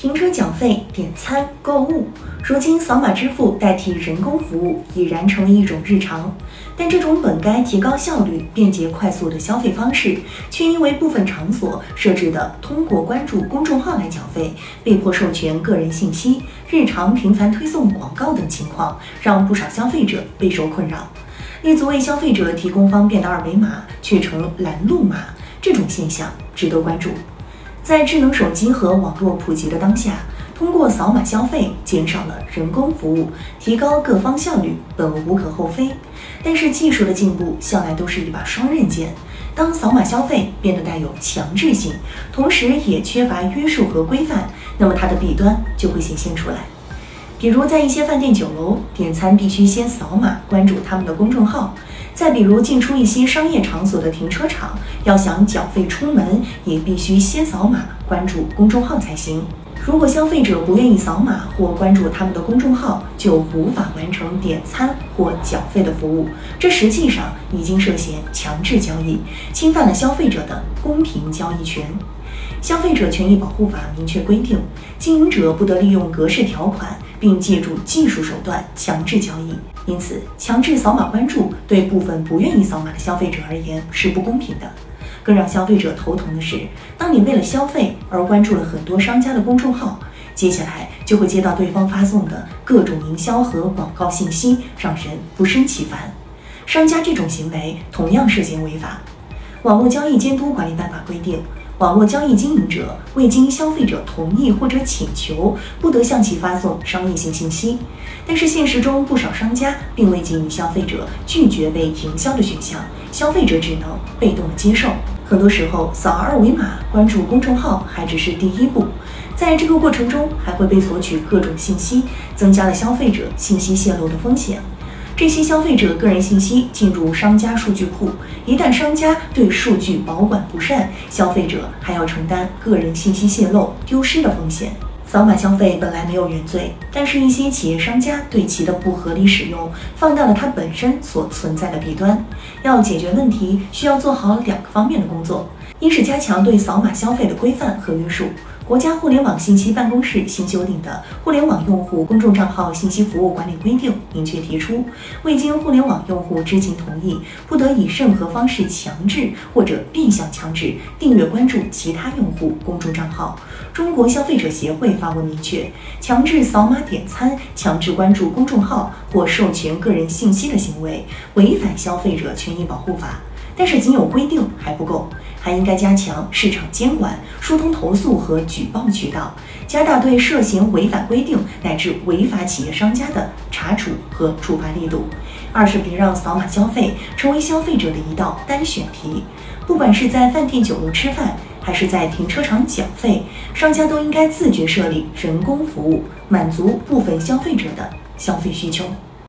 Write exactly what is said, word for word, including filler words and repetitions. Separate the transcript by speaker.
Speaker 1: 停车缴费、点餐、购物，如今扫码支付代替人工服务已然成为一种日常。但这种本该提高效率、便捷快速的消费方式，却因为部分场所设置的通过关注公众号来缴费、被迫授权个人信息、日常频繁推送广告等情况，让不少消费者备受困扰。立足为消费者提供方便的二维码，却成拦路码，这种现象值得关注。在智能手机和网络普及的当下，通过扫码消费减少了人工服务，提高各方效率，本无可厚非。但是技术的进步向来都是一把双刃剑，当扫码消费变得带有强制性，同时也缺乏约束和规范，那么它的弊端就会显现出来。比如在一些饭店酒楼，点餐必须先扫码关注他们的公众号；再比如进出一些商业场所的停车场，要想缴费出门，也必须先扫码关注公众号才行。如果消费者不愿意扫码或关注他们的公众号，就无法完成点餐或缴费的服务，这实际上已经涉嫌强制交易，侵犯了消费者的公平交易权。消费者权益保护法明确规定，经营者不得利用格式条款并借助技术手段强制交易。因此，强制扫码关注对部分不愿意扫码的消费者而言是不公平的。更让消费者头疼的是，当你为了消费而关注了很多商家的公众号，接下来就会接到对方发送的各种营销和广告信息，让人不胜其烦。商家这种行为同样涉嫌违法。网络交易监督管理办法规定，网络交易经营者未经消费者同意或者请求，不得向其发送商业性信息。但是现实中，不少商家并未给予消费者拒绝被营销的选项，消费者只能被动的接受。很多时候，扫二维码关注公众号还只是第一步，在这个过程中还会被索取各种信息，增加了消费者信息泄露的风险。这些消费者个人信息进入商家数据库，一旦商家对数据保管不善，消费者还要承担个人信息泄露、丢失的风险。扫码消费本来没有原罪，但是一些企业商家对其的不合理使用，放大了它本身所存在的弊端。要解决问题，需要做好两个方面的工作：一是加强对扫码消费的规范和约束。国家互联网信息办公室新修订的《互联网用户公众账号信息服务管理规定》明确提出，未经互联网用户知情同意，不得以任何方式强制或者变相强制订阅关注其他用户公众账号。中国消费者协会发文明确，强制扫码点餐、强制关注公众号或授权个人信息的行为，违反消费者权益保护法。但是仅有规定还不够，还应该加强市场监管，疏通投诉和举报渠道，加大对涉嫌违反规定乃至违法企业商家的查处和处罚力度。二是别让扫码消费成为消费者的一道单选题，不管是在饭店酒楼吃饭，还是在停车场缴费，商家都应该自觉设立人工服务，满足部分消费者的消费需求。